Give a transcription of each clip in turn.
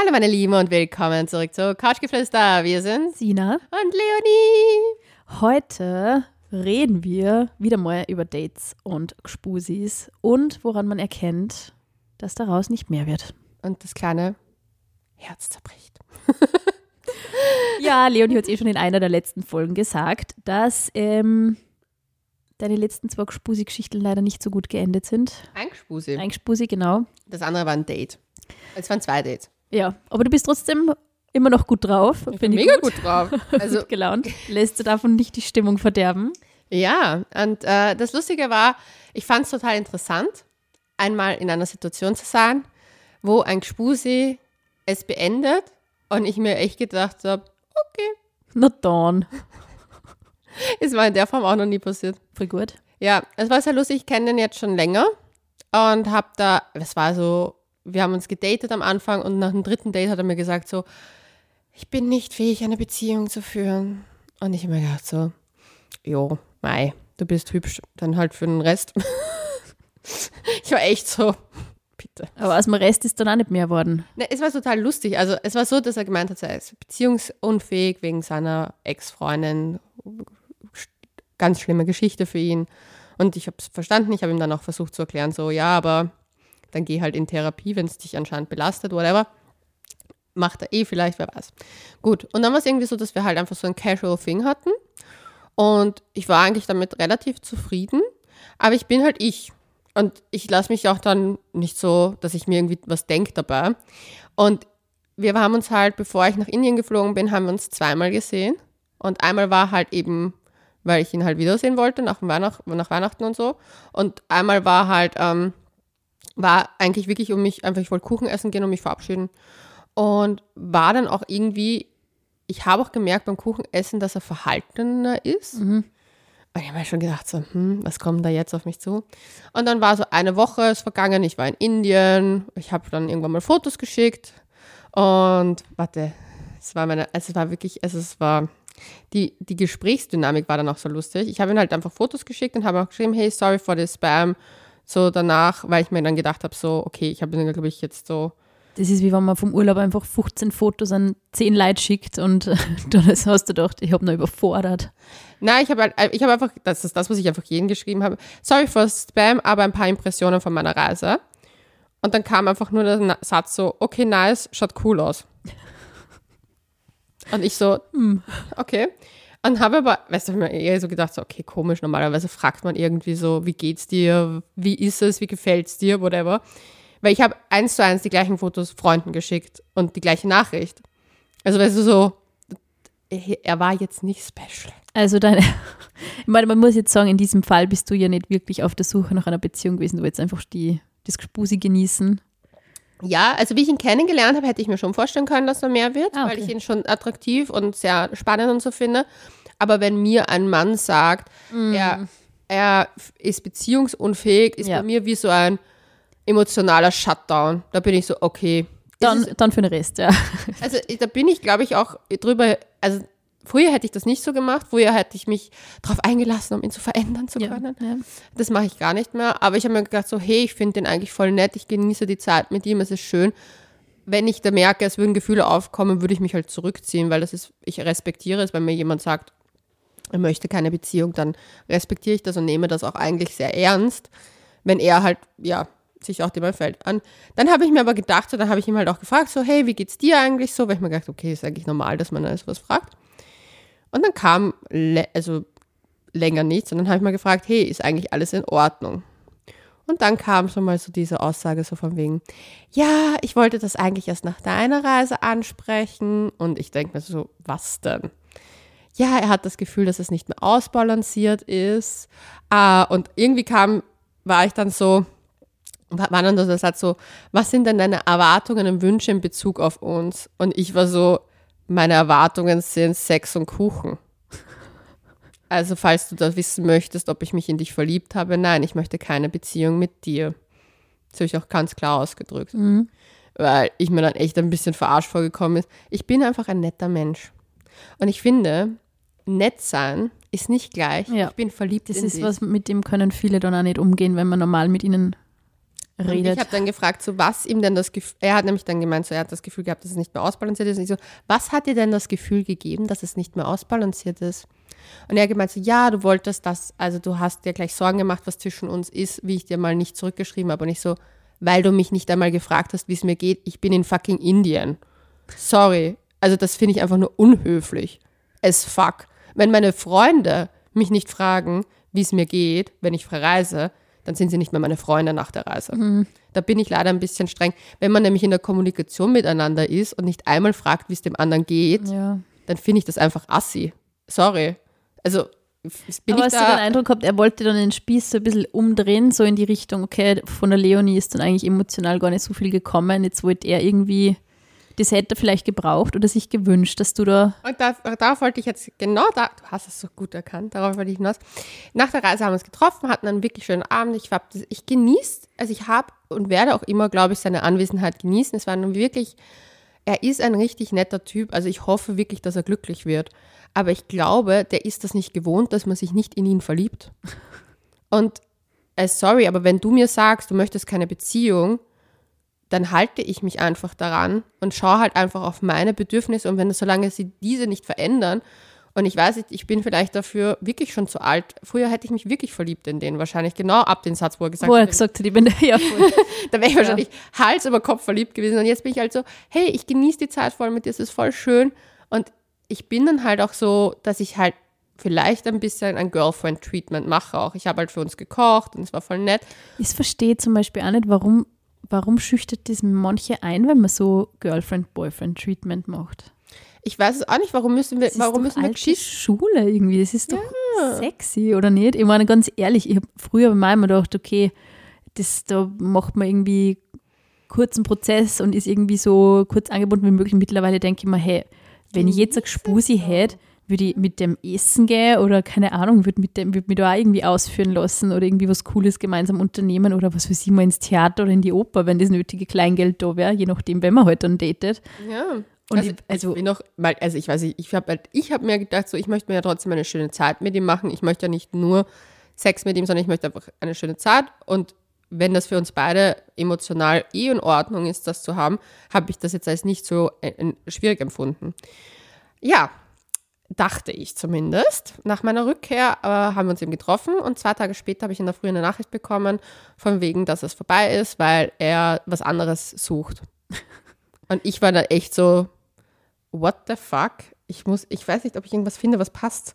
Hallo meine Lieben und willkommen zurück zu Couchgeflüster. Wir sind Sina und Leonie. Heute reden wir wieder mal über Dates und Gspusis und woran man erkennt, dass daraus nicht mehr wird. Und das kleine Herz zerbricht. Ja, Leonie hat es schon in einer der letzten Folgen gesagt, dass deine letzten 2 Gspusi-Geschichten leider nicht so gut geendet sind. Ein Gspusi. Ein Gspusi, genau. Das andere war ein Date. Es waren 2 Dates. Ja, aber du bist trotzdem immer noch gut drauf. Ich bin mega gut drauf. Also gut gelaunt. Lässt du davon nicht die Stimmung verderben? Ja, und das Lustige war, ich fand es total interessant, einmal in einer Situation zu sein, wo ein Gspusi es beendet und ich mir echt gedacht habe, okay. Na dann. Es war in der Form auch noch nie passiert. Voll gut. Ja, es war sehr lustig, ich kenne den jetzt schon länger und wir haben uns gedatet am Anfang und nach dem 3. Date hat er mir gesagt so, ich bin nicht fähig, eine Beziehung zu führen. Und ich habe mir gedacht so, jo, mei, du bist hübsch, dann halt für den Rest. Ich war echt so, bitte. Aber aus dem Rest ist dann auch nicht mehr geworden. Ne, es war total lustig. Also es war so, dass er gemeint hat, er ist beziehungsunfähig wegen seiner Ex-Freundin. Ganz schlimme Geschichte für ihn. Und ich habe es verstanden, ich habe ihm dann auch versucht zu erklären, so ja, aber dann geh halt in Therapie, wenn es dich anscheinend belastet, whatever. Macht er vielleicht, wer weiß. Gut, und dann war es irgendwie so, dass wir halt einfach so ein Casual Thing hatten. Und ich war eigentlich damit relativ zufrieden. Aber ich bin halt ich. Und ich lasse mich auch dann nicht so, dass ich mir irgendwie was denke dabei. Und wir haben uns halt, bevor ich nach Indien geflogen bin, haben wir uns 2-mal gesehen. Und einmal war halt eben, weil ich ihn halt wiedersehen wollte, nach Weihnachten und so. Und einmal war halt, war eigentlich wirklich ich wollte Kuchen essen gehen und mich verabschieden. Und war dann auch irgendwie, ich habe auch gemerkt beim Kuchenessen, dass er verhaltener ist. Mhm. Und ich habe mir schon gedacht, so, was kommt da jetzt auf mich zu? Und dann war so eine Woche ist vergangen, ich war in Indien, ich habe dann irgendwann mal Fotos geschickt und die Gesprächsdynamik war dann auch so lustig. Ich habe ihm halt einfach Fotos geschickt und habe auch geschrieben, hey, sorry for the spam. So danach, weil ich mir dann gedacht habe, so, okay, ich habe dann, glaube ich, jetzt so. Das ist wie wenn man vom Urlaub einfach 15 Fotos an 10 Leute schickt und dann hast du gedacht, ich habe noch überfordert. Nein, ich habe einfach, das ist das, was ich einfach jedem geschrieben habe. Sorry for Spam, aber ein paar Impressionen von meiner Reise. Und dann kam einfach nur der Satz so, okay, nice, schaut cool aus. Und ich so, okay. Und habe aber, weißt du, ich habe mir eher so gedacht, so, okay, komisch, normalerweise fragt man irgendwie so, wie geht's dir, wie ist es, wie gefällt's dir, whatever. Weil ich habe 1:1 die gleichen Fotos Freunden geschickt und die gleiche Nachricht. Also weißt du so, er war jetzt nicht special. Also ich meine, man muss jetzt sagen, in diesem Fall bist du ja nicht wirklich auf der Suche nach einer Beziehung gewesen, du willst einfach das Gspusi genießen. Ja, also wie ich ihn kennengelernt habe, hätte ich mir schon vorstellen können, dass er mehr wird, okay. Weil ich ihn schon attraktiv und sehr spannend und so finde. Aber wenn mir ein Mann sagt, er ist beziehungsunfähig, ist bei mir wie so ein emotionaler Shutdown. Da bin ich so, okay. Dann für den Rest, ja. Also da bin ich, glaube ich, auch drüber, also früher hätte ich das nicht so gemacht, früher hätte ich mich darauf eingelassen, um ihn zu verändern zu können. Ja. Das mache ich gar nicht mehr, aber ich habe mir gedacht so, hey, ich finde den eigentlich voll nett, ich genieße die Zeit mit ihm, es ist schön. Wenn ich da merke, es würden Gefühle aufkommen, würde ich mich halt zurückziehen, weil ich respektiere es, wenn mir jemand sagt, er möchte keine Beziehung, dann respektiere ich das und nehme das auch eigentlich sehr ernst, wenn er halt, ja, sich auch dem fällt an. Dann habe ich mir aber gedacht, so, dann habe ich ihm halt auch gefragt, so, hey, wie geht's dir eigentlich so? Weil ich mir gedacht, okay, ist eigentlich normal, dass man alles was fragt. Und dann kam länger nichts und dann habe ich mal gefragt, hey, ist eigentlich alles in Ordnung? Und dann kam schon mal so diese Aussage so von wegen, ja, ich wollte das eigentlich erst nach deiner Reise ansprechen. Und ich denke mir so, was denn? Ja, er hat das Gefühl, dass es nicht mehr ausbalanciert ist. Und irgendwie war dann so der Satz so, was sind denn deine Erwartungen und Wünsche in Bezug auf uns? Und ich war so, meine Erwartungen sind Sex und Kuchen. Also falls du da wissen möchtest, ob ich mich in dich verliebt habe, nein, ich möchte keine Beziehung mit dir. Das habe ich auch ganz klar ausgedrückt. Mhm. Weil ich mir dann echt ein bisschen verarscht vorgekommen ist. Ich bin einfach ein netter Mensch. Und ich finde, nett sein ist nicht gleich, ich bin verliebt in dich. Das ist was, mit dem können viele dann auch nicht umgehen, wenn man normal mit ihnen redet. Ich habe dann gefragt, so was ihm denn das Gefühl, er hat nämlich dann gemeint, so er hat das Gefühl gehabt, dass es nicht mehr ausbalanciert ist. Und ich so, was hat dir denn das Gefühl gegeben, dass es nicht mehr ausbalanciert ist? Und er hat gemeint so, ja, du wolltest das, also du hast dir gleich Sorgen gemacht, was zwischen uns ist, wie ich dir mal nicht zurückgeschrieben habe. Und ich so, weil du mich nicht einmal gefragt hast, wie es mir geht, ich bin in fucking Indien. Sorry. Also das finde ich einfach nur unhöflich. As fuck. Wenn meine Freunde mich nicht fragen, wie es mir geht, wenn ich verreise, dann sind sie nicht mehr meine Freunde nach der Reise. Mhm. Da bin ich leider ein bisschen streng. Wenn man nämlich in der Kommunikation miteinander ist und nicht einmal fragt, wie es dem anderen geht, dann finde ich das einfach assi. Sorry. Also aber hast du den Eindruck gehabt, er wollte dann den Spieß so ein bisschen umdrehen, so in die Richtung, okay, von der Leonie ist dann eigentlich emotional gar nicht so viel gekommen, jetzt wollte er irgendwie, das hätte er vielleicht gebraucht oder sich gewünscht, dass du da... Und darauf wollte ich jetzt, du hast es so gut erkannt, darauf wollte ich hinaus. Nach der Reise haben wir uns getroffen, hatten einen wirklich schönen Abend, ich genieße, also ich habe und werde auch immer, glaube ich, seine Anwesenheit genießen, es war nun wirklich, er ist ein richtig netter Typ, also ich hoffe wirklich, dass er glücklich wird. Aber ich glaube, der ist das nicht gewohnt, dass man sich nicht in ihn verliebt. Und, sorry, aber wenn du mir sagst, du möchtest keine Beziehung, dann halte ich mich einfach daran und schaue halt einfach auf meine Bedürfnisse. Und solange sie diese nicht verändern, und ich weiß nicht, ich bin vielleicht dafür wirklich schon zu alt. Früher hätte ich mich wirklich verliebt in den, wahrscheinlich genau ab den Satz, wo er gesagt hat, ich bin ja voll. Da wäre ich wahrscheinlich Hals über Kopf verliebt gewesen. Und jetzt bin ich halt so, hey, ich genieße die Zeit voll mit dir, es ist voll schön. Und ich bin dann halt auch so, dass ich halt vielleicht ein bisschen ein Girlfriend-Treatment mache auch. Ich habe halt für uns gekocht und es war voll nett. Ich verstehe zum Beispiel auch nicht, warum schüchtert das manche ein, wenn man so Girlfriend-Boyfriend-Treatment macht. Ich weiß es auch nicht, warum müssen wir Schule irgendwie, das ist doch sexy, oder nicht? Ich meine, ganz ehrlich, ich habe früher bei meinem gedacht, okay, da macht man irgendwie kurzen Prozess und ist irgendwie so kurz angebunden wie möglich. Mittlerweile denke ich mir, hey, wenn ich jetzt eine Gspusi hätte, würde ich mit dem essen gehen oder keine Ahnung, würde mich da auch irgendwie ausführen lassen oder irgendwie was Cooles gemeinsam unternehmen oder was weiß ich, mal ins Theater oder in die Oper, wenn das nötige Kleingeld da wäre, je nachdem, wenn man halt dann datet. Ja. Und ich weiß nicht, ich habe mir gedacht, so, ich möchte mir ja trotzdem eine schöne Zeit mit ihm machen. Ich möchte ja nicht nur Sex mit ihm, sondern ich möchte einfach eine schöne Zeit. Und wenn das für uns beide emotional in Ordnung ist, das zu haben, habe ich das jetzt als nicht so schwierig empfunden. Ja, dachte ich zumindest. Nach meiner Rückkehr haben wir uns eben getroffen und 2 Tage später habe ich in der Früh eine Nachricht bekommen, von wegen, dass es vorbei ist, weil er was anderes sucht. Und ich war da echt so, what the fuck? Ich weiß nicht, ob ich irgendwas finde, was passt.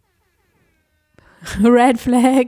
Red Flag.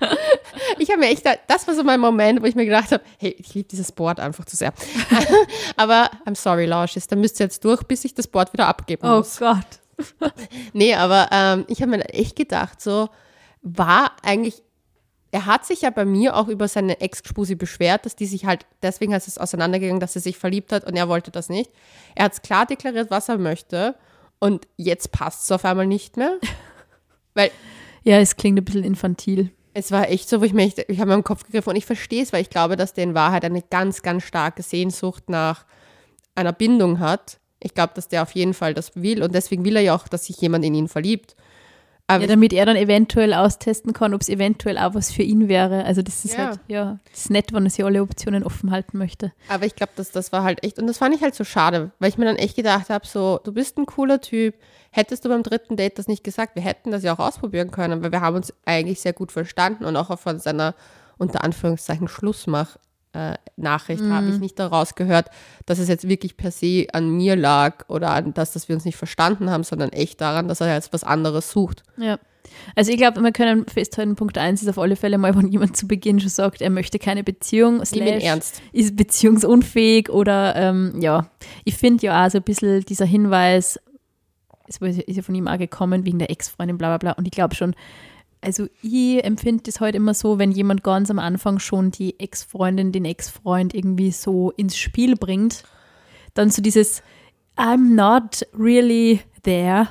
Ich habe mir echt, das war so mein Moment, wo ich mir gedacht habe, hey, ich liebe dieses Board einfach zu sehr. Aber I'm sorry, Lauschis, da müsst ihr jetzt durch, bis ich das Board wieder abgeben muss. Oh Gott. Nee, aber ich habe mir echt gedacht, so war eigentlich, er hat sich ja bei mir auch über seine Ex-Spusi beschwert, dass die sich halt, deswegen ist es auseinandergegangen, dass er sich verliebt hat und er wollte das nicht. Er hat es klar deklariert, was er möchte und jetzt passt es auf einmal nicht mehr. Weil ja, es klingt ein bisschen infantil. Es war echt so, ich habe mir im Kopf gegriffen und ich verstehe es, weil ich glaube, dass der in Wahrheit eine ganz, ganz starke Sehnsucht nach einer Bindung hat. Ich glaube, dass der auf jeden Fall das will und deswegen will er ja auch, dass sich jemand in ihn verliebt. Aber ja, damit er dann eventuell austesten kann, ob es eventuell auch was für ihn wäre. Also das ist halt, das ist nett, wenn er sich alle Optionen offen halten möchte. Aber ich glaube, das war halt echt, und das fand ich halt so schade, weil ich mir dann echt gedacht habe, so, du bist ein cooler Typ, hättest du beim 3. Date das nicht gesagt, wir hätten das ja auch ausprobieren können, weil wir haben uns eigentlich sehr gut verstanden und auch von seiner, unter Anführungszeichen, Schlussmach-Nachricht habe ich nicht daraus gehört, dass es jetzt wirklich per se an mir lag oder an das, dass wir uns nicht verstanden haben, sondern echt daran, dass er jetzt was anderes sucht. Ja, also ich glaube, wir können festhalten, Punkt 1 ist auf alle Fälle mal, wenn jemand zu Beginn schon sagt, er möchte keine Beziehung, ernst. Ist beziehungsunfähig oder ich finde ja auch so ein bisschen dieser Hinweis, es ist ja von ihm auch gekommen, wegen der Ex-Freundin, bla bla bla, und ich glaube schon, also ich empfinde das heute immer so, wenn jemand ganz am Anfang schon die Ex-Freundin, den Ex-Freund irgendwie so ins Spiel bringt, dann so dieses I'm not really there.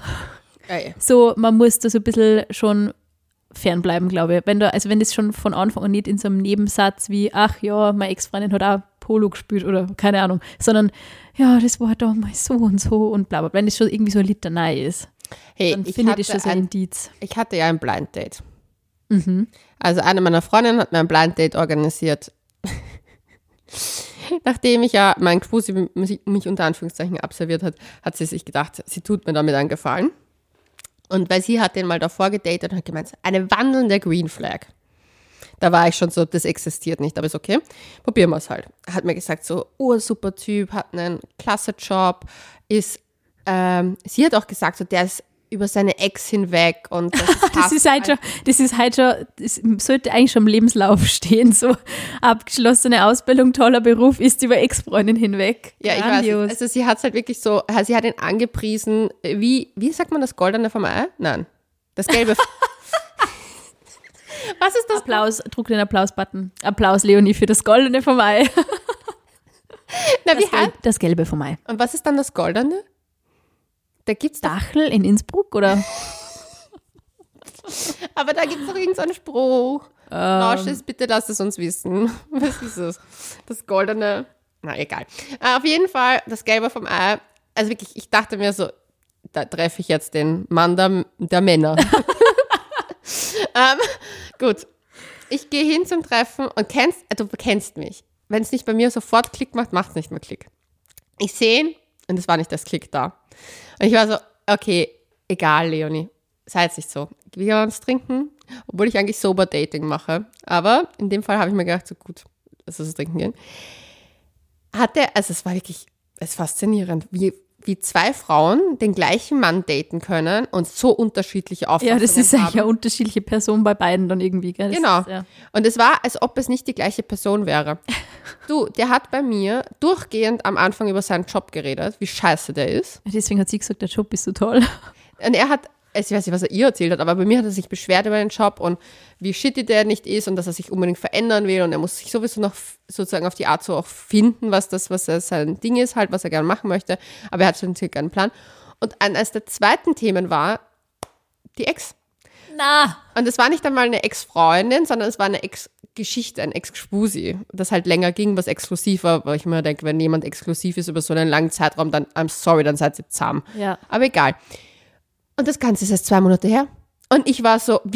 So, man muss da so ein bisschen schon fernbleiben, glaube ich. Wenn das schon von Anfang an nicht in so einem Nebensatz wie, ach ja, meine Ex-Freundin hat auch Polo gespielt oder keine Ahnung, sondern ja, das war damals so und bla bla. Wenn das schon irgendwie so eine Litanei ist. Hey, dann finde ich das schon so ein Indiz. Ich hatte ja ein Blind Date. Mhm. Also eine meiner Freundinnen hat mir ein Blind Date organisiert. Nachdem ich ja mein Quasi mich unter Anführungszeichen abserviert hat, hat sie sich gedacht, sie tut mir damit einen Gefallen. Und weil sie hat den mal davor gedatet und hat gemeint, eine wandelnde Green Flag. Da war ich schon so, das existiert nicht, aber ist okay. Probieren wir es halt. Hat mir gesagt, so, super Typ, hat einen klasse Job, sie hat auch gesagt, so, der ist über seine Ex hinweg und das sollte eigentlich schon im Lebenslauf stehen, so abgeschlossene Ausbildung, toller Beruf, ist über Ex-Freundin hinweg. Ja, grandios. Ich weiß, also sie hat es halt wirklich so, sie hat ihn angepriesen, wie sagt man das Goldene vom Ei? Nein, das Gelbe. Was ist das? Applaus, druck den Applaus-Button. Applaus, Leonie, für das Goldene vom Ei. Das Gelbe vom Ei. Und was ist dann das Goldene? Da gibt's Dachel in Innsbruck, oder? Aber da gibt es doch irgendeinen Spruch. Lausches, bitte lasst es uns wissen. Was ist das? Das Goldene? Na, egal. Auf jeden Fall, das Gelbe vom Ei. Also wirklich, ich dachte mir so, da treffe ich jetzt den Mann der Männer. Gut. Ich gehe hin zum Treffen und du kennst mich. Wenn es nicht bei mir sofort Klick macht, macht es nicht mehr Klick. Ich sehe ihn und es war nicht das Klick da. Und ich war so, okay, egal, Leonie, sei jetzt nicht so. Wir gehen uns trinken, obwohl ich eigentlich sober Dating mache. Aber in dem Fall habe ich mir gedacht, so gut, lass uns trinken gehen. Es war wirklich, es ist faszinierend, wie zwei Frauen den gleichen Mann daten können und so unterschiedliche Auffassungen haben. Ja, das ist eigentlich eine unterschiedliche Person bei beiden dann irgendwie. Gell? Genau. Und es war, als ob es nicht die gleiche Person wäre. Du, der hat bei mir durchgehend am Anfang über seinen Job geredet, wie scheiße der ist. Deswegen hat sie gesagt, der Job ist so toll. Und ich weiß nicht, was er ihr erzählt hat, aber bei mir hat er sich beschwert über den Job und wie shitty der nicht ist und dass er sich unbedingt verändern will und er muss sich sowieso noch sozusagen auf die Art so auch finden, was sein Ding ist, halt, was er gerne machen möchte, aber er hat schon natürlich keinen Plan. Und eines der zweiten Themen war die Ex. Und es war nicht einmal eine Ex-Freundin, sondern es war eine Ex-Geschichte, ein Ex-Spusi, das halt länger ging, was exklusiv war, weil ich mir denke, wenn jemand exklusiv ist über so einen langen Zeitraum, dann, I'm sorry, dann seid ihr zahm. Ja. Aber egal. Und das Ganze ist erst 2 Monate her. Und ich war so,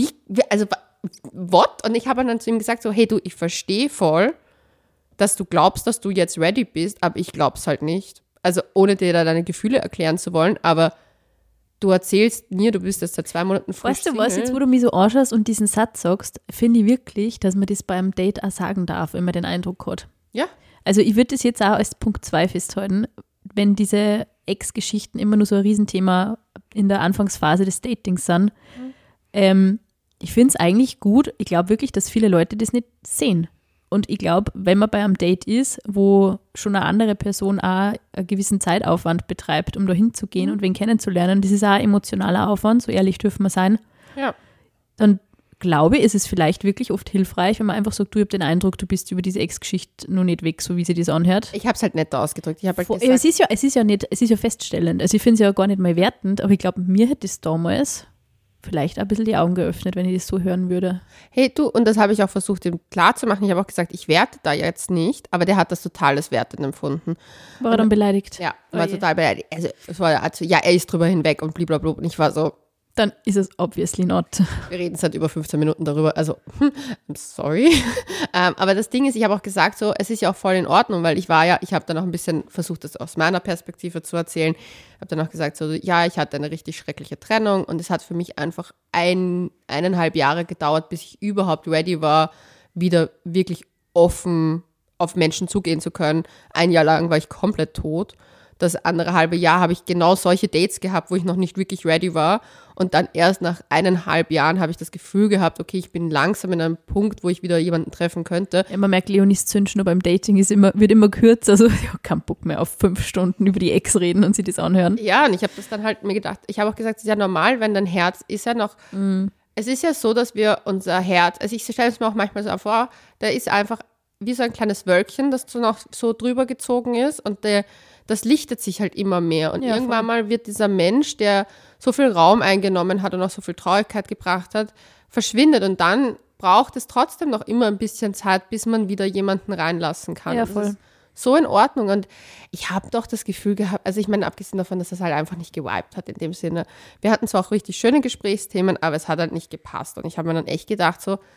what? Und ich habe dann zu ihm gesagt, so, hey du, ich verstehe voll, dass du glaubst, dass du jetzt ready bist, aber ich glaub's halt nicht. Also ohne dir da deine Gefühle erklären zu wollen, aber du erzählst mir, du bist jetzt seit 2 Monaten frisch Weißt du was, jetzt wo du mich so anschaust und diesen Satz sagst, finde ich wirklich, dass man das beim Date auch sagen darf, wenn man den Eindruck hat. Ja. Also ich würde das jetzt auch als Punkt 2 festhalten, wenn diese Ex-Geschichten immer nur so ein Riesenthema in der Anfangsphase des Datings sind. Ich finde es eigentlich gut. Ich glaube wirklich, dass viele Leute das nicht sehen. Und ich glaube, wenn man bei einem Date ist, wo schon eine andere Person auch einen gewissen Zeitaufwand betreibt, um da hinzugehen und wen kennenzulernen, das ist auch ein emotionaler Aufwand, so ehrlich dürfen wir sein. Ja. Dann glaube ich, ist es vielleicht wirklich oft hilfreich, wenn man einfach sagt, du, ich habe den Eindruck, du bist über diese Ex-Geschichte noch nicht weg, so wie sie das anhört. Ich habe es halt netter ausgedrückt. Ich habe halt gesagt, es ist ja feststellend. Also ich finde es ja gar nicht mal wertend, aber ich glaube, mir hätte es damals vielleicht ein bisschen die Augen geöffnet, wenn ich das so hören würde. Hey du, und das habe ich auch versucht, ihm klarzumachen. Ich habe auch gesagt, ich werte da jetzt nicht, aber der hat das total als wertend empfunden. War er dann beleidigt? Ja, war total beleidigt. Also, es war also, ja, er ist drüber hinweg und blablabla. Und ich war so, dann ist es obviously not. Wir reden seit über 15 Minuten darüber, also, I'm sorry. Aber das Ding ist, ich habe auch gesagt, so, es ist ja auch voll in Ordnung, weil ich habe dann auch ein bisschen versucht, das aus meiner Perspektive zu erzählen. Habe dann auch gesagt, so, ja, ich hatte eine richtig schreckliche Trennung und es hat für mich einfach 1,5 Jahre gedauert, bis ich überhaupt ready war, wieder wirklich offen auf Menschen zugehen zu können. 1 Jahr lang war ich komplett tot. Das andere halbe Jahr habe ich genau solche Dates gehabt, wo ich noch nicht wirklich ready war. Und dann erst nach 1,5 Jahren habe ich das Gefühl gehabt, okay, ich bin langsam in einem Punkt, wo ich wieder jemanden treffen könnte. Ja, man merkt, Leonies Zündschnur beim Dating wird immer kürzer. Also ich habe keinen Bock mehr auf 5 Stunden über die Ex reden und sie das anhören. Ja, und ich habe das dann halt mir gedacht, ich habe auch gesagt, es ist ja normal, wenn dein Herz ist ja noch, es ist ja so, dass wir unser Herz, also ich stelle es mir auch manchmal so vor, da ist einfach wie so ein kleines Wölkchen, das so noch so drüber gezogen ist und das lichtet sich halt immer mehr. Und irgendwann mal wird dieser Mensch, der so viel Raum eingenommen hat und auch so viel Traurigkeit gebracht hat, verschwindet. Und dann braucht es trotzdem noch immer ein bisschen Zeit, bis man wieder jemanden reinlassen kann. Ja, voll. Das ist so in Ordnung. Und ich habe doch das Gefühl gehabt, also ich meine, abgesehen davon, dass das halt einfach nicht gewiped hat in dem Sinne. Wir hatten zwar auch richtig schöne Gesprächsthemen, aber es hat halt nicht gepasst. Und ich habe mir dann echt gedacht so,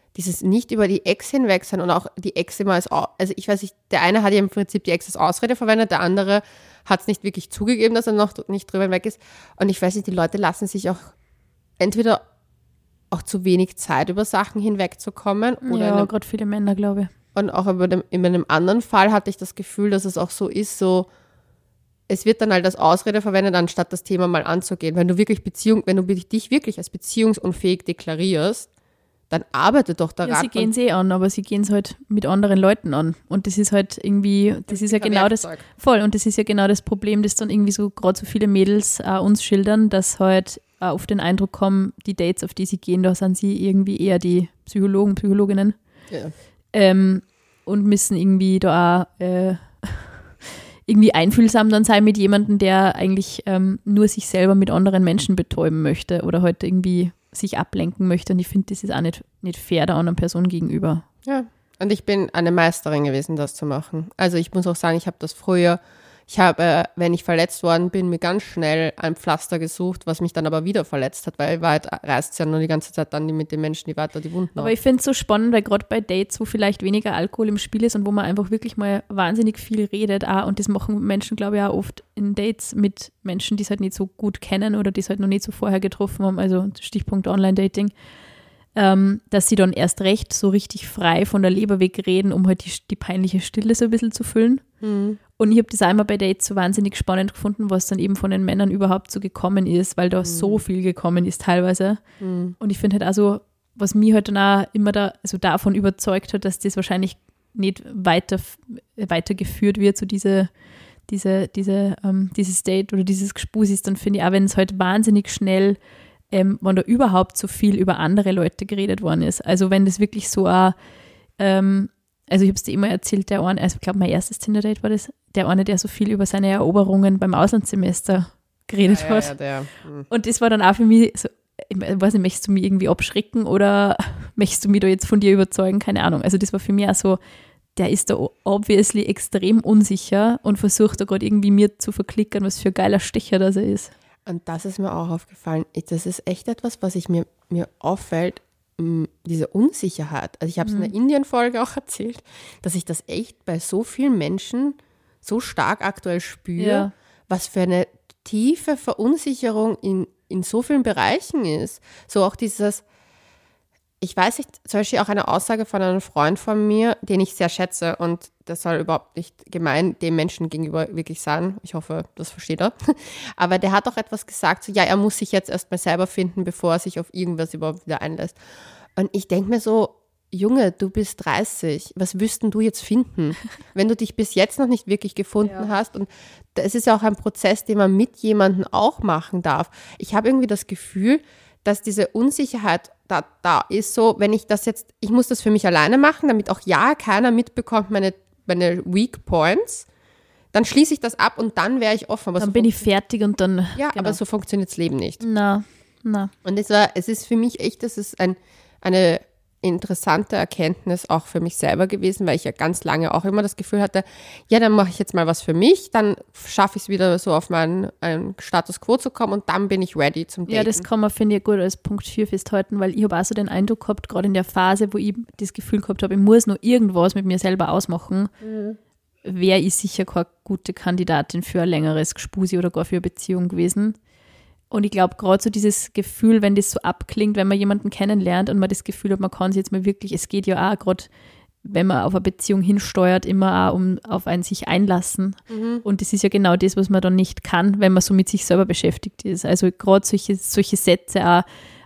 dieses nicht über die Ex hinweg sein und auch die Ex immer also ich weiß nicht, der eine hat ja im Prinzip die Ex als Ausrede verwendet, der andere hat es nicht wirklich zugegeben, dass er noch nicht drüber hinweg ist. Und ich weiß nicht, die Leute lassen sich auch entweder auch zu wenig Zeit über Sachen hinwegzukommen. Ja, gerade viele Männer, glaube ich. Und auch in einem anderen Fall hatte ich das Gefühl, dass es auch so ist, so es wird dann halt als Ausrede verwendet, anstatt das Thema mal anzugehen. Wenn du dich wirklich als beziehungsunfähig deklarierst, dann arbeite doch daran. Ja, sie gehen es an, aber sie gehen es halt mit anderen Leuten an. Und das ist halt irgendwie, das ist ja genau das, voll, und das ist ja genau das Problem, das dann irgendwie so gerade so viele Mädels uns schildern, dass halt auf den Eindruck kommen, die Dates, auf die sie gehen, da sind sie irgendwie eher die Psychologen, Psychologinnen. Ja. Und müssen irgendwie da auch irgendwie einfühlsam dann sein mit jemandem, der eigentlich nur sich selber mit anderen Menschen betäuben möchte oder halt irgendwie sich ablenken möchte. Und ich finde, das ist auch nicht fair der anderen Person gegenüber. Ja, und ich bin eine Meisterin gewesen, das zu machen. Also ich muss auch sagen, ich habe das früher, wenn ich verletzt worden bin, mir ganz schnell ein Pflaster gesucht, was mich dann aber wieder verletzt hat, weil reißt es ja nur die ganze Zeit dann mit den Menschen, die weiter die Wunden haben. Aber ich finde es so spannend, weil gerade bei Dates, wo vielleicht weniger Alkohol im Spiel ist und wo man einfach wirklich mal wahnsinnig viel redet, und das machen Menschen, glaube ich, auch oft in Dates mit Menschen, die es halt nicht so gut kennen oder die es halt noch nicht so vorher getroffen haben, also Stichpunkt Online-Dating, dass sie dann erst recht so richtig frei von der Leber wegreden, um halt die peinliche Stille so ein bisschen zu füllen. Mhm. Und ich habe das einmal bei Dates so wahnsinnig spannend gefunden, was dann eben von den Männern überhaupt so gekommen ist, weil da so viel gekommen ist teilweise. Mhm. Und ich finde halt also, was mich halt dann auch immer davon überzeugt hat, dass das wahrscheinlich nicht weitergeführt wird, so dieses Date oder dieses Gespus ist, dann finde ich auch, wenn es halt wahnsinnig schnell wenn da überhaupt so viel über andere Leute geredet worden ist. Also wenn das wirklich so also ich habe es dir immer erzählt, ich glaube mein erstes Tinder-Date war das, der eine, der so viel über seine Eroberungen beim Auslandssemester geredet hat. Ja, und das war dann auch für mich so, ich weiß nicht, möchtest du mich irgendwie abschrecken oder möchtest du mich da jetzt von dir überzeugen? Keine Ahnung. Also das war für mich auch so, der ist da obviously extrem unsicher und versucht da gerade irgendwie mir zu verklickern, was für ein geiler Stecher das er ist. Und das ist mir auch aufgefallen. Das ist echt etwas, was mir auffällt, diese Unsicherheit. Also ich habe es in der Indien-Folge auch erzählt, dass ich das echt bei so vielen Menschen so stark aktuell spüre, was für eine tiefe Verunsicherung in so vielen Bereichen ist. So auch dieses, ich weiß nicht, zum Beispiel auch eine Aussage von einem Freund von mir, den ich sehr schätze und das soll überhaupt nicht gemein dem Menschen gegenüber wirklich sein. Ich hoffe, das versteht er. Aber der hat auch etwas gesagt, so ja, er muss sich jetzt erstmal selber finden, bevor er sich auf irgendwas überhaupt wieder einlässt. Und ich denke mir so, Junge, du bist 30, was wirst denn du jetzt finden, wenn du dich bis jetzt noch nicht wirklich gefunden hast? Und es ist ja auch ein Prozess, den man mit jemandem auch machen darf. Ich habe irgendwie das Gefühl, dass diese Unsicherheit da ist, so, wenn ich muss das für mich alleine machen, damit auch keiner mitbekommt meine Weak Points, dann schließe ich das ab und dann wäre ich offen. Aber dann bin ich fertig und dann... Ja, genau. Aber so funktioniert das Leben nicht. Na. Und es ist für mich echt, das ist eine interessante Erkenntnis auch für mich selber gewesen, weil ich ja ganz lange auch immer das Gefühl hatte, ja, dann mache ich jetzt mal was für mich, dann schaffe ich es wieder so auf meinen Status Quo zu kommen und dann bin ich ready zum Daten. Ja, das kann man, finde ich, gut als Punkt 4 festhalten, weil ich habe auch so den Eindruck gehabt, gerade in der Phase, wo ich das Gefühl gehabt habe, ich muss noch irgendwas mit mir selber ausmachen, wäre ich sicher keine gute Kandidatin für ein längeres Gespusi oder gar für eine Beziehung gewesen. Und ich glaube, gerade so dieses Gefühl, wenn das so abklingt, wenn man jemanden kennenlernt und man das Gefühl hat, man kann sich jetzt mal wirklich, es geht ja auch gerade, wenn man auf eine Beziehung hinsteuert, immer auch auf einen sich einlassen. Mhm. Und das ist ja genau das, was man dann nicht kann, wenn man so mit sich selber beschäftigt ist. Also gerade solche Sätze auch,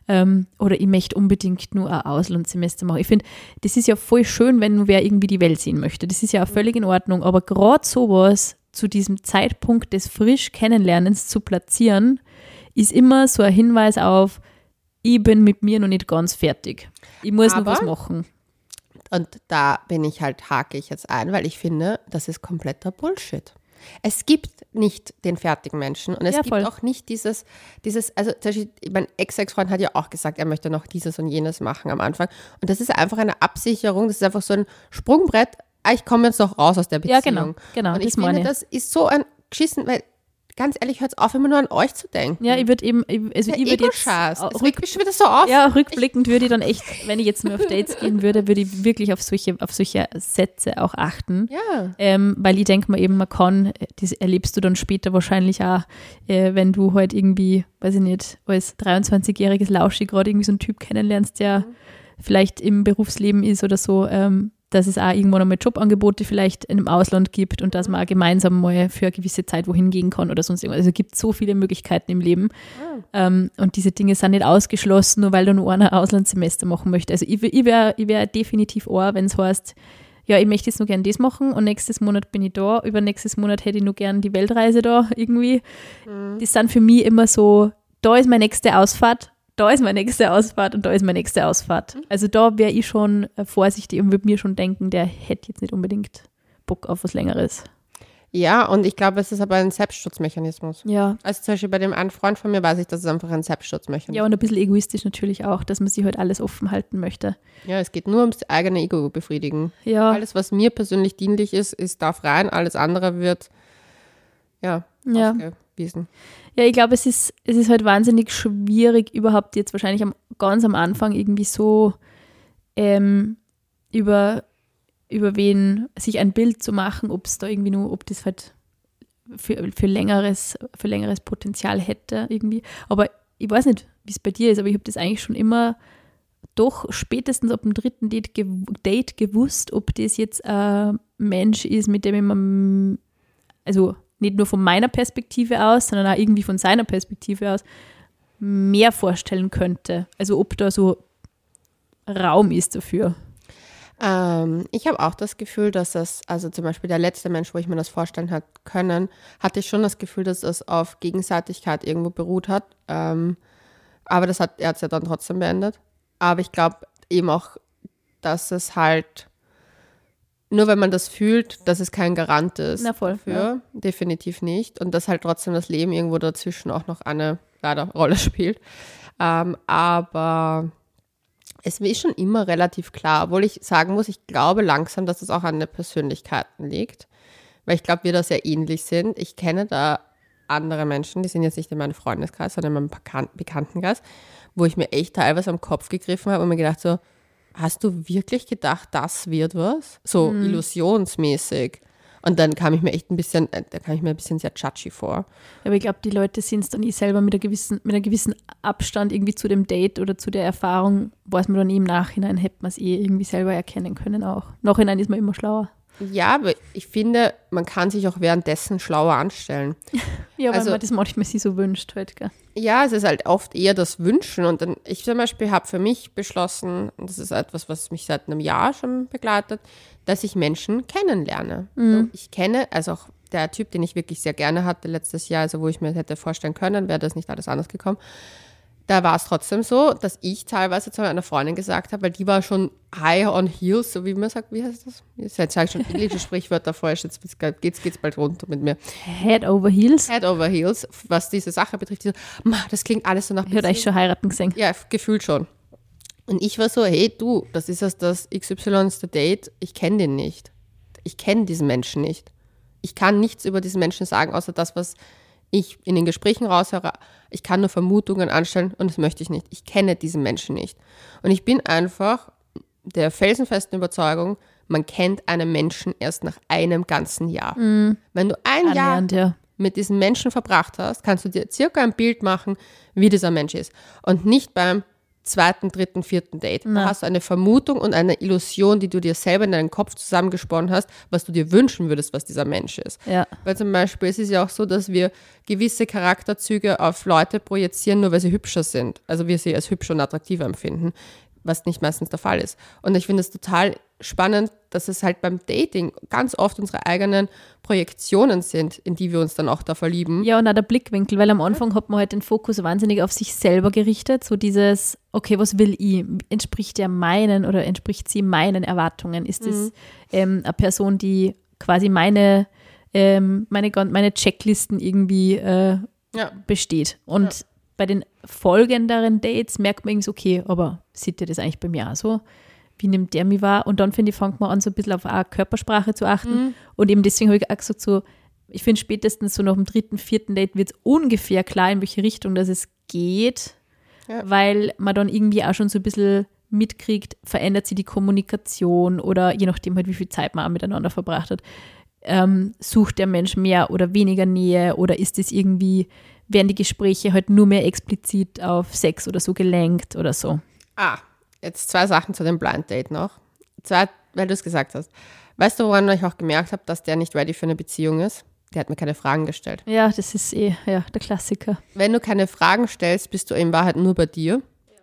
oder ich möchte unbedingt nur ein Auslandssemester machen. Ich finde, das ist ja voll schön, wenn nur wer irgendwie die Welt sehen möchte. Das ist ja auch völlig in Ordnung. Aber gerade sowas zu diesem Zeitpunkt des frisch Kennenlernens zu platzieren, ist immer so ein Hinweis auf, ich bin mit mir noch nicht ganz fertig. Ich muss noch was machen. Und da hake ich jetzt ein, weil ich finde, das ist kompletter Bullshit. Es gibt nicht den fertigen Menschen und es gibt auch nicht dieses, also zum Beispiel, mein Ex-Freund hat ja auch gesagt, er möchte noch dieses und jenes machen am Anfang. Und das ist einfach eine Absicherung, das ist einfach so ein Sprungbrett, ich komme jetzt noch raus aus der Beziehung. Ja, genau. Und ich finde, das ist so ein Geschissen, weil ganz ehrlich, hört auf, immer nur an euch zu denken. Ja, ich würde eben, also ich würde jetzt es regt mich schon wieder so auf. Ja, rückblickend würde ich dann echt, wenn ich jetzt nur auf Dates gehen würde, würde ich wirklich auf solche Sätze auch achten. Ja. Weil ich denke mal eben, das erlebst du dann später wahrscheinlich auch, wenn du halt irgendwie, weiß ich nicht, als 23-jähriges Lauschi gerade irgendwie so einen Typ kennenlernst, der vielleicht im Berufsleben ist oder so, dass es auch irgendwann einmal Jobangebote vielleicht in einem Ausland gibt und dass man auch gemeinsam mal für eine gewisse Zeit wohin gehen kann oder sonst irgendwas. Also es gibt so viele Möglichkeiten im Leben. Und diese Dinge sind nicht ausgeschlossen, nur weil da nur einer ein Auslandssemester machen möchte. Also ich wär definitiv wenn es heißt, ja, ich möchte jetzt nur gerne das machen und nächstes Monat bin ich da, übernächstes Monat hätte ich nur gerne die Weltreise da irgendwie. Das sind für mich immer so, da ist meine nächste Ausfahrt, da ist meine nächste Ausfahrt und da ist meine nächste Ausfahrt. Also da wäre ich schon vorsichtig und würde mir schon denken, der hätte jetzt nicht unbedingt Bock auf was Längeres. Ja, und ich glaube, es ist aber ein Selbstschutzmechanismus. Ja. Also zum Beispiel bei dem einen Freund von mir weiß ich, dass es einfach ein Selbstschutzmechanismus ist. Ja, und ein bisschen egoistisch natürlich auch, dass man sich halt alles offen halten möchte. Ja, es geht nur ums eigene Ego befriedigen. Ja. Alles, was mir persönlich dienlich ist, darf rein, alles andere wird ausgewiesen. Ja, ich glaube, es ist halt wahnsinnig schwierig, überhaupt jetzt wahrscheinlich ganz am Anfang irgendwie so über wen sich ein Bild zu machen, ob das halt für längeres Potenzial hätte irgendwie. Aber ich weiß nicht, wie es bei dir ist, aber ich habe das eigentlich schon immer doch spätestens ab dem 3. Date gewusst, ob das jetzt ein Mensch ist, mit dem ich mir, also nicht nur von meiner Perspektive aus, sondern auch irgendwie von seiner Perspektive aus mehr vorstellen könnte. Also ob da so Raum ist dafür. Ich habe auch das Gefühl, dass also zum Beispiel der letzte Mensch, wo ich mir das vorstellen hat können, hatte ich schon das Gefühl, dass es auf Gegenseitigkeit irgendwo beruht hat. Aber er hat es ja dann trotzdem beendet. Aber ich glaube eben auch, dass es halt nur wenn man das fühlt, dass es kein Garant ist dafür. Ja. Definitiv nicht. Und dass halt trotzdem das Leben irgendwo dazwischen auch noch eine leider Rolle spielt. Aber es ist schon immer relativ klar, obwohl ich sagen muss, ich glaube langsam, dass es auch an den Persönlichkeiten liegt. Weil ich glaube, wir da sehr ähnlich sind. Ich kenne da andere Menschen, die sind jetzt nicht in meinem Freundeskreis, sondern in meinem Bekanntenkreis, wo ich mir echt teilweise am Kopf gegriffen habe und mir gedacht so, hast du wirklich gedacht, das wird was? So illusionsmäßig. Und dann kam ich mir echt ein bisschen sehr judgy vor. Aber ich glaube, die Leute sind es dann selber mit einem gewissen Abstand irgendwie zu dem Date oder zu der Erfahrung, weiß man dann im Nachhinein, hätte man es irgendwie selber erkennen können auch. Nachhinein ist man immer schlauer. Ja, aber ich finde, man kann sich auch währenddessen schlauer anstellen. Ja, weil man das manchmal sich so wünscht halt, gell? Ja, es ist halt oft eher das Wünschen. Und dann, ich zum Beispiel habe für mich beschlossen, und das ist etwas, was mich seit einem Jahr schon begleitet, dass ich Menschen kennenlerne. So, ich kenne, also auch der Typ, den ich wirklich sehr gerne hatte letztes Jahr, also wo ich mir hätte vorstellen können, wäre das nicht alles anders gekommen. Da war es trotzdem so, dass ich teilweise zu meiner Freundin gesagt habe, weil die war schon high on heels, so wie man sagt, wie heißt das? Jetzt sage ich schon englische Sprichwörter falsch, jetzt geht's bald runter mit mir. Head over heels? Head over heels, was diese Sache betrifft. Die so, das klingt alles so nach... Ich hätte euch schon heiraten gesehen. Ja, gefühlt schon. Und ich war so, hey du, das ist das XY Date, ich kenne den nicht. Ich kenne diesen Menschen nicht. Ich kann nichts über diesen Menschen sagen, außer das, was ich in den Gesprächen raushöre. Ich kann nur Vermutungen anstellen und das möchte ich nicht. Ich kenne diesen Menschen nicht. Und ich bin einfach der felsenfesten Überzeugung, man kennt einen Menschen erst nach einem ganzen Jahr. Wenn du ein Jahr mit diesem Menschen verbracht hast, kannst du dir circa ein Bild machen, wie dieser Mensch ist. Und nicht beim 2., 3., 4. Date. Da hast du eine Vermutung und eine Illusion, die du dir selber in deinem Kopf zusammengesponnen hast, was du dir wünschen würdest, was dieser Mensch ist. Ja. Weil zum Beispiel es ist ja auch so, dass wir gewisse Charakterzüge auf Leute projizieren, nur weil sie hübscher sind. Also wir sie als hübscher und attraktiver empfinden, was nicht meistens der Fall ist. Und ich finde es total spannend, dass es halt beim Dating ganz oft unsere eigenen Projektionen sind, in die wir uns dann auch da verlieben. Ja, und auch der Blickwinkel, weil am Anfang hat man halt den Fokus wahnsinnig auf sich selber gerichtet, so dieses, okay, was will ich? Entspricht der meinen oder entspricht sie meinen Erwartungen? Ist das eine Person, die quasi meine Checklisten irgendwie besteht? Und bei den folgenderen Dates merkt man irgendwie so, okay, aber sieht der das eigentlich bei mir auch so? Wie nimmt der mich wahr? Und dann, finde ich, fängt man an, so ein bisschen auf auch Körpersprache zu achten. Und eben deswegen habe ich auch gesagt, so, ich finde spätestens so nach dem 3., 4. Date wird es ungefähr klar, in welche Richtung das es geht, weil man dann irgendwie auch schon so ein bisschen mitkriegt, verändert sich die Kommunikation oder je nachdem halt, wie viel Zeit man auch miteinander verbracht hat, sucht der Mensch mehr oder weniger Nähe oder ist es irgendwie, werden die Gespräche halt nur mehr explizit auf Sex oder so gelenkt oder so. Jetzt 2 Sachen zu dem Blind Date noch. 2, weil du es gesagt hast. Weißt du, woran ich auch gemerkt habe, dass der nicht ready für eine Beziehung ist? Der hat mir keine Fragen gestellt. Ja, das ist der Klassiker. Wenn du keine Fragen stellst, bist du in Wahrheit nur bei dir.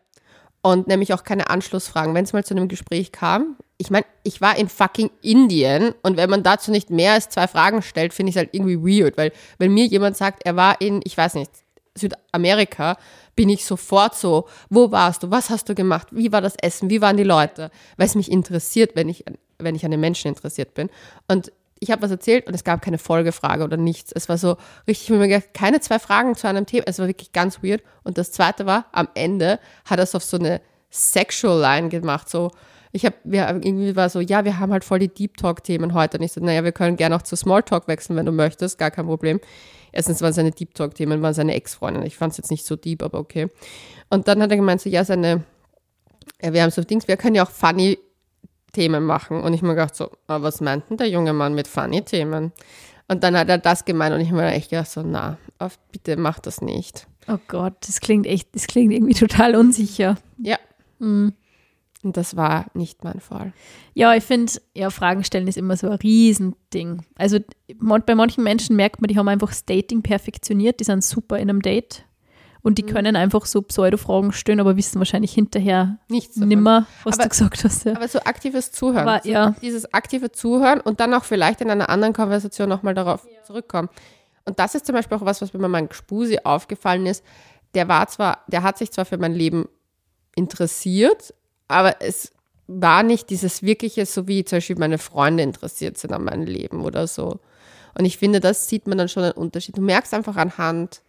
Und nämlich auch keine Anschlussfragen. Wenn es mal zu einem Gespräch kam, ich meine, ich war in fucking Indien und wenn man dazu nicht mehr als 2 Fragen stellt, finde ich es halt irgendwie weird, weil wenn mir jemand sagt, er war in, ich weiß nicht, Südamerika, bin ich sofort so, wo warst du, was hast du gemacht, wie war das Essen, wie waren die Leute, weil es mich interessiert, wenn ich an den Menschen interessiert bin. Und ich habe was erzählt und es gab keine Folgefrage oder nichts. Es war so richtig, ich habe mir gedacht, keine 2 Fragen zu einem Thema. Es war wirklich ganz weird. Und das Zweite war, am Ende hat er es auf so eine Sexual Line gemacht. So, irgendwie war so, ja, wir haben halt voll die Deep Talk-Themen heute. Und ich so, naja, wir können gerne auch zu Small Talk wechseln, wenn du möchtest, gar kein Problem. Erstens waren seine Deep Talk-Themen, waren seine Ex-Freundin. Ich fand es jetzt nicht so deep, aber okay. Und dann hat er gemeint, so, ja, wir haben so Dings, wir können ja auch funny Themen machen. Und ich mir gedacht so, was meint denn der junge Mann mit funny Themen? Und dann hat er das gemeint und ich mir echt gedacht so, bitte mach das nicht. Oh Gott, das klingt irgendwie total unsicher. Ja. Und das war nicht mein Fall. Ja, ich finde, Fragen stellen ist immer so ein Riesending. Also bei manchen Menschen merkt man, die haben einfach das Dating perfektioniert, die sind super in einem Date. Und die können einfach so Pseudo-Fragen stellen, aber wissen wahrscheinlich hinterher nimmer, was du gesagt hast. Ja. Aber so aktives Zuhören. Dieses aktive Zuhören und dann auch vielleicht in einer anderen Konversation nochmal darauf zurückkommen. Und das ist zum Beispiel auch was mir meinem Gspusi aufgefallen ist. Der hat sich zwar für mein Leben interessiert, aber es war nicht dieses wirkliche, so wie zum Beispiel meine Freunde interessiert sind an meinem Leben oder so. Und ich finde, das sieht man dann schon einen Unterschied. Du merkst einfach anhand,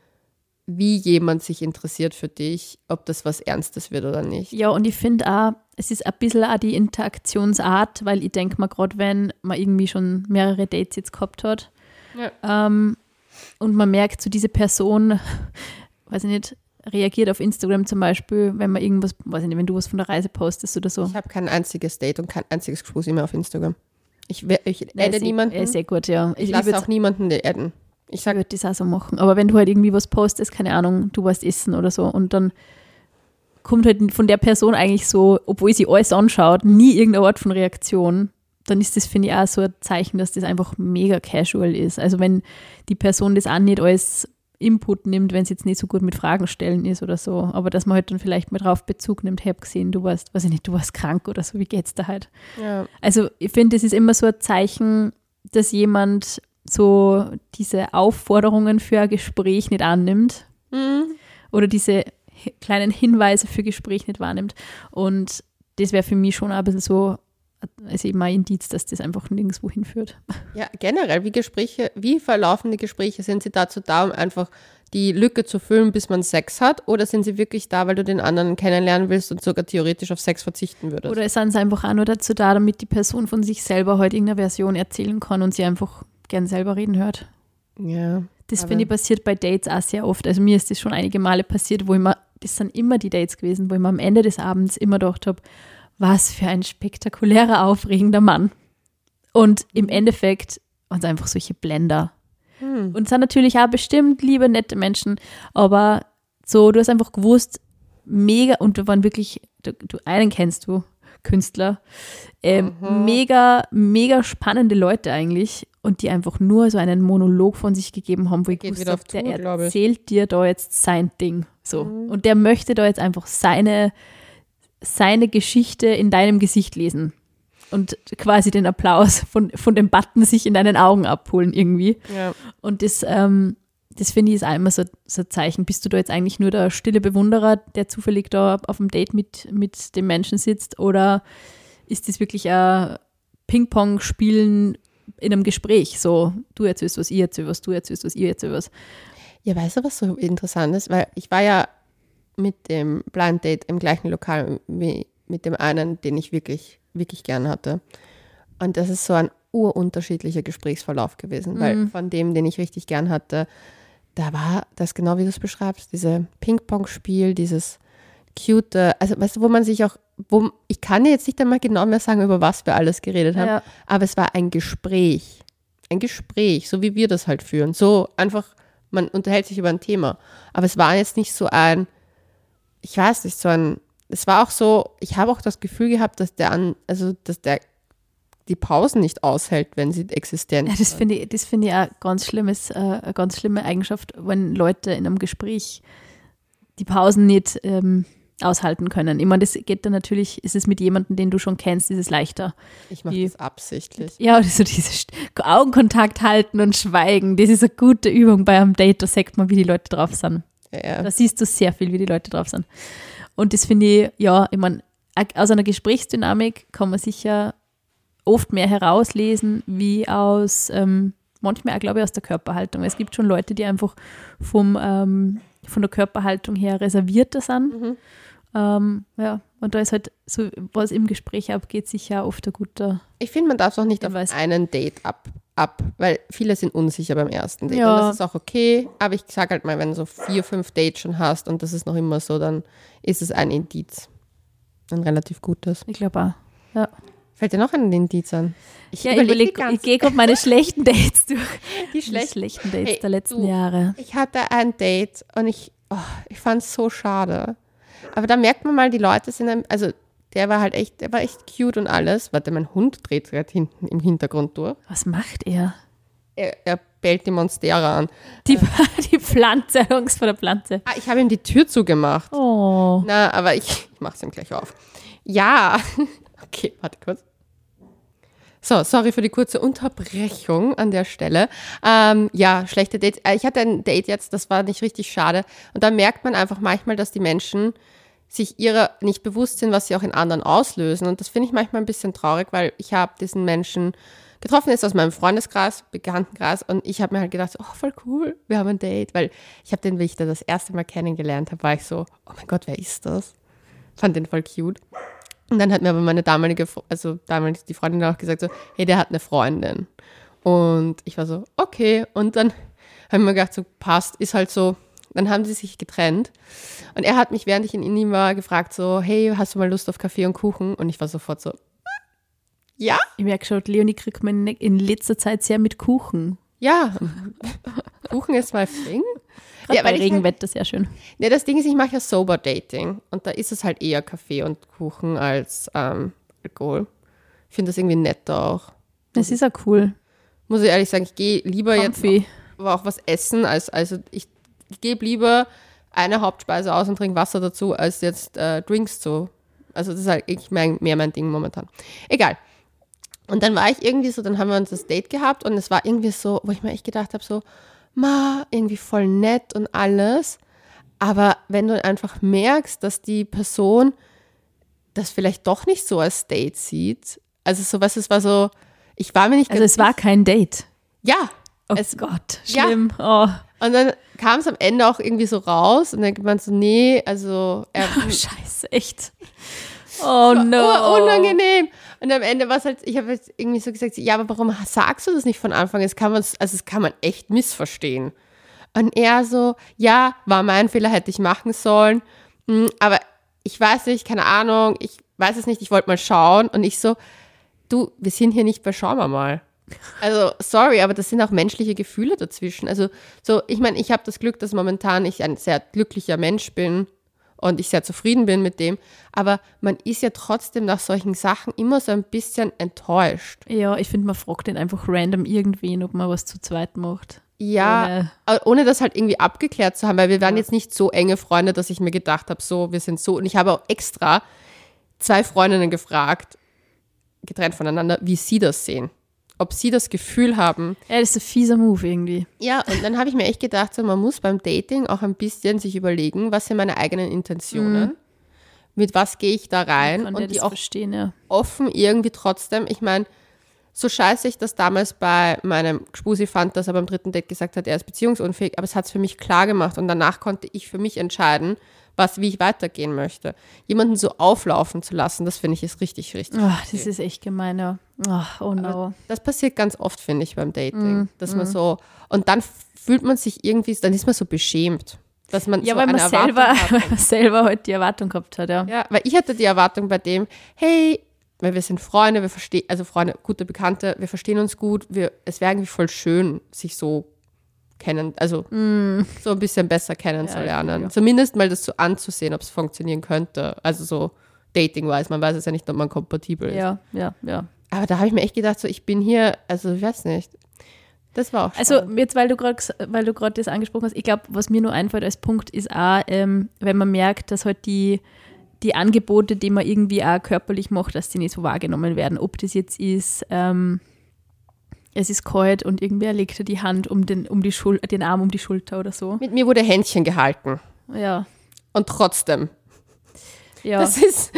wie jemand sich interessiert für dich, ob das was Ernstes wird oder nicht. Ja, und ich finde auch, es ist ein bisschen auch die Interaktionsart, weil ich denke mal, gerade wenn man irgendwie schon mehrere Dates jetzt gehabt hat und man merkt, so diese Person, weiß ich nicht, reagiert auf Instagram zum Beispiel, wenn man irgendwas, weiß ich nicht, wenn du was von der Reise postest oder so. Ich habe kein einziges Date und kein einziges Gspusi mehr auf Instagram. Ich adde niemanden. Sehr gut, ja. Ich lasse auch niemanden adden. Ich würde das auch so machen. Aber wenn du halt irgendwie was postest, keine Ahnung, du warst essen oder so und dann kommt halt von der Person eigentlich so, obwohl sie alles anschaut, nie irgendeine Art von Reaktion, dann ist das, finde ich, auch so ein Zeichen, dass das einfach mega casual ist. Also wenn die Person das auch nicht als Input nimmt, wenn es jetzt nicht so gut mit Fragen stellen ist oder so, aber dass man halt dann vielleicht mal drauf Bezug nimmt, ich habe gesehen, du warst krank oder so, wie geht's da halt? Ja. Also ich finde, das ist immer so ein Zeichen, dass jemand so diese Aufforderungen für ein Gespräch nicht annimmt oder diese kleinen Hinweise für Gespräch nicht wahrnimmt. Und das wäre für mich schon ein bisschen so, also eben ein Indiz, dass das einfach nirgendwo hinführt. Ja, generell, wie verlaufen die Gespräche? Sind sie dazu da, um einfach die Lücke zu füllen, bis man Sex hat? Oder sind sie wirklich da, weil du den anderen kennenlernen willst und sogar theoretisch auf Sex verzichten würdest? Oder sind sie einfach auch nur dazu da, damit die Person von sich selber halt irgendeine Version erzählen kann und sie einfach gern selber reden hört? Ja. Das finde ich passiert bei Dates auch sehr oft. Also mir ist das schon einige Male passiert, das sind immer die Dates gewesen, wo ich mir am Ende des Abends immer gedacht habe, was für ein spektakulärer, aufregender Mann. Und im Endeffekt waren es einfach solche Blender. Und es sind natürlich auch bestimmt liebe, nette Menschen, aber so, du hast einfach gewusst, mega, und wir waren wirklich, einen kennst du, Künstler, mega, mega spannende Leute eigentlich und die einfach nur so einen Monolog von sich gegeben haben, wo ich gewusst habe, der erzählt dir da jetzt sein Ding. So. Und der möchte da jetzt einfach seine Geschichte in deinem Gesicht lesen und quasi den Applaus von dem Button sich in deinen Augen abholen irgendwie. Ja. Und das finde ich ist auch immer so ein Zeichen. Bist du da jetzt eigentlich nur der stille Bewunderer, der zufällig da auf dem Date mit dem Menschen sitzt, oder ist das wirklich ein Ping-Pong-Spielen in einem Gespräch? So, du erzählst was, ich erzähl was, du erzählst was, ich erzähl was. Ja, weißt du, was so interessant ist? Weil ich war ja mit dem Blind Date im gleichen Lokal wie mit dem einen, den ich wirklich, wirklich gern hatte. Und das ist so ein urunterschiedlicher Gesprächsverlauf gewesen, weil von dem, den ich richtig gern hatte, da war das genau, wie du es beschreibst, diese Ping-Pong-Spiel, dieses cute, also weißt du, wo man sich auch, ich kann dir jetzt nicht einmal genau mehr sagen, über was wir alles geredet haben, aber es war ein Gespräch, so wie wir das halt führen, so einfach, man unterhält sich über ein Thema, aber es war jetzt nicht so ich weiß nicht, es war auch so, ich habe auch das Gefühl gehabt, dass der die Pausen nicht aushält, wenn sie existent sind. Ja, das finde ich auch eine ganz schlimme Eigenschaft, wenn Leute in einem Gespräch die Pausen nicht aushalten können. Ich meine, das geht dann natürlich, ist es mit jemandem, den du schon kennst, ist es leichter. Ich mache das absichtlich. Ja, so dieses Augenkontakt halten und schweigen, das ist eine gute Übung bei einem Date, da sagt man, wie die Leute drauf sind. Ja. Da siehst du sehr viel, wie die Leute drauf sind. Und das finde ich, ich meine, aus einer Gesprächsdynamik kann man sicher oft mehr herauslesen, wie aus, manchmal auch, glaube ich, aus der Körperhaltung. Weil es gibt schon Leute, die einfach von der Körperhaltung her reservierter sind. Und da ist halt so, was im Gespräch abgeht, sicher oft ein guter. Ich finde, man darf es auch nicht auf einen Date ab, weil viele sind unsicher beim ersten Date. Ja. Und das ist auch okay, aber ich sage halt mal, wenn du so 4, 5 Dates schon hast und das ist noch immer so, dann ist es ein Indiz. Ein relativ gutes. Ich glaube auch, ja. Fällt dir noch ein Indiz an? Ich gehe gerade meine schlechten Dates durch. Die schlechten Dates der letzten Jahre. Ich hatte ein Date und ich fand es so schade. Aber da merkt man mal, die Leute sind, der war echt cute und alles. Warte, mein Hund dreht gerade hinten im Hintergrund durch. Was macht er? Er bellt die Monstera an. Die Pflanze, Angst vor der Pflanze. Ich habe ihm die Tür zugemacht. Oh. Na, aber ich mache es ihm gleich auf. Ja. Okay, warte kurz. So, sorry für die kurze Unterbrechung an der Stelle. Schlechte Dates. Ich hatte ein Date jetzt, das war nicht richtig schade. Und da merkt man einfach manchmal, dass die Menschen sich ihrer nicht bewusst sind, was sie auch in anderen auslösen. Und das finde ich manchmal ein bisschen traurig, weil ich habe diesen Menschen getroffen, ist aus meinem Freundeskreis, Bekanntenkreis. Und ich habe mir halt gedacht, voll cool, wir haben ein Date. Weil ich habe den, wie ich das erste Mal kennengelernt habe, war ich so, oh mein Gott, wer ist das? Fand den voll cute. Und dann hat mir aber meine damals die Freundin auch gesagt so, hey, der hat eine Freundin. Und ich war so, okay. Und dann haben wir gedacht, so passt, ist halt so. Dann haben sie sich getrennt. Und er hat mich, während ich in Indien war, gefragt so, hey, hast du mal Lust auf Kaffee und Kuchen? Und ich war sofort so, ja. Ich merke schon, Leonie kriegt man in letzter Zeit sehr mit Kuchen. Ja, Kuchen ist mein Thing. Ja, bei Regenwetter sehr schön. Ja, das Ding ist, ich mache ja Sober Dating und da ist es halt eher Kaffee und Kuchen als Alkohol. Ich finde das irgendwie netter auch. Das ist auch cool. Muss ich ehrlich sagen, ich gehe lieber jetzt auch was essen, ich gebe lieber eine Hauptspeise aus und trinke Wasser dazu, als jetzt Drinks zu. Also das ist halt mehr mein Ding momentan. Egal. Und dann war ich irgendwie so, dann haben wir uns das Date gehabt und es war irgendwie so, wo ich mir echt gedacht habe, so, irgendwie voll nett und alles. Aber wenn du einfach merkst, dass die Person das vielleicht doch nicht so als Date sieht, also so was, es war so, ich war mir nicht Also es war kein Date? Ja. Oh Gott, schlimm. Ja. Oh. Und dann kam es am Ende auch irgendwie so raus und dann man so, nee, also scheiße, echt. Oh no. Unangenehm. Und am Ende war es halt, ich habe jetzt irgendwie so gesagt, ja, aber warum sagst du das nicht von Anfang? Das kann man echt missverstehen. Und er so, ja, war mein Fehler, hätte ich machen sollen. Aber ich weiß nicht, keine Ahnung, ich weiß es nicht, ich wollte mal schauen. Und ich so, du, wir sind hier nicht bei schauen wir mal. Also, sorry, aber das sind auch menschliche Gefühle dazwischen. Also, so, ich meine, ich habe das Glück, dass momentan ich ein sehr glücklicher Mensch bin und ich sehr zufrieden bin mit dem. Aber man ist ja trotzdem nach solchen Sachen immer so ein bisschen enttäuscht. Ja, ich finde, man fragt den einfach random irgendwen, ob man was zu zweit macht. Ja, ohne das halt irgendwie abgeklärt zu haben, weil wir waren jetzt nicht so enge Freunde, dass ich mir gedacht habe, so, wir sind so. Und ich habe auch extra 2 Freundinnen gefragt, getrennt voneinander, wie sie das sehen. Ob sie das Gefühl haben. Ja, das ist ein fieser Move irgendwie. Ja, und dann habe ich mir echt gedacht, so, man muss beim Dating auch ein bisschen sich überlegen, was sind meine eigenen Intentionen, mit was gehe ich da rein und die auch verstehen, ja. offen irgendwie trotzdem, ich meine, so scheiße ich das damals bei meinem Gspusi fand, dass er beim 3. Date gesagt hat, er ist beziehungsunfähig, aber es hat es für mich klar gemacht und danach konnte ich für mich entscheiden, wie ich weitergehen möchte. Jemanden so auflaufen zu lassen, das finde ich ist richtig, richtig. Das ist echt gemein, ja. Oh no. Aber das passiert ganz oft, finde ich, beim Dating, dass man so, und dann fühlt man sich irgendwie, dann ist man so beschämt. Dass man ja, so weil man selber halt die Erwartung gehabt hat, ja. Ja, weil ich hatte die Erwartung bei dem, hey, weil wir sind Freunde, wir verstehen, also Freunde, gute Bekannte, wir verstehen uns gut, es wäre eigentlich voll schön, sich so so ein bisschen besser kennenzulernen. Ja. Zumindest mal das so anzusehen, ob es funktionieren könnte. Also so dating-wise, man weiß es ja nicht, ob man kompatibel ist. Ja. Aber da habe ich mir echt gedacht, so ich bin hier, also ich weiß nicht. Das war auch spannend. Also jetzt, weil du gerade das angesprochen hast, ich glaube, was mir nur einfällt als Punkt ist auch, wenn man merkt, dass halt die Angebote, die man irgendwie auch körperlich macht, dass die nicht so wahrgenommen werden. Ob das jetzt ist, es ist kalt und irgendwer legt dir die Hand den Arm um die Schulter oder so. Mit mir wurde Händchen gehalten. Ja. Und trotzdem. Ja, das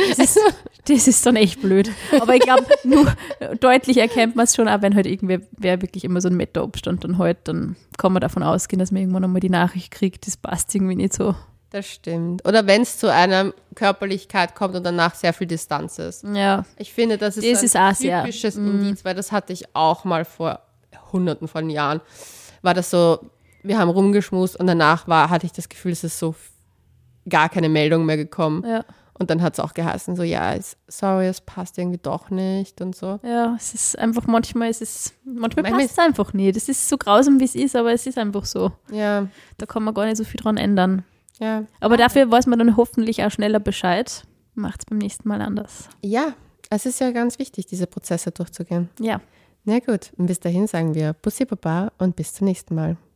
ist dann echt blöd. Aber ich glaube, nur deutlich erkennt man es schon, auch wenn halt wer wirklich immer so einen Meter Abstand dann halt, dann kann man davon ausgehen, dass man irgendwann einmal die Nachricht kriegt, das passt irgendwie nicht so. Das stimmt. Oder wenn es zu einer Körperlichkeit kommt und danach sehr viel Distanz ist. Ja. Ich finde, das ist ein typisches Indiz, weil das hatte ich auch mal vor Hunderten von Jahren. War das so, wir haben rumgeschmust und danach hatte ich das Gefühl, es ist so gar keine Meldung mehr gekommen. Ja. Und dann hat es auch geheißen, so sorry, es passt irgendwie doch nicht und so. Ja, es ist einfach, manchmal passt es einfach nicht. Es ist so grausam, wie es ist, aber es ist einfach so. Ja. Da kann man gar nicht so viel dran ändern. Ja. Aber dafür weiß man dann hoffentlich auch schneller Bescheid. Macht es beim nächsten Mal anders. Ja, es ist ja ganz wichtig, diese Prozesse durchzugehen. Ja. Na gut, und bis dahin sagen wir Bussi Baba und bis zum nächsten Mal.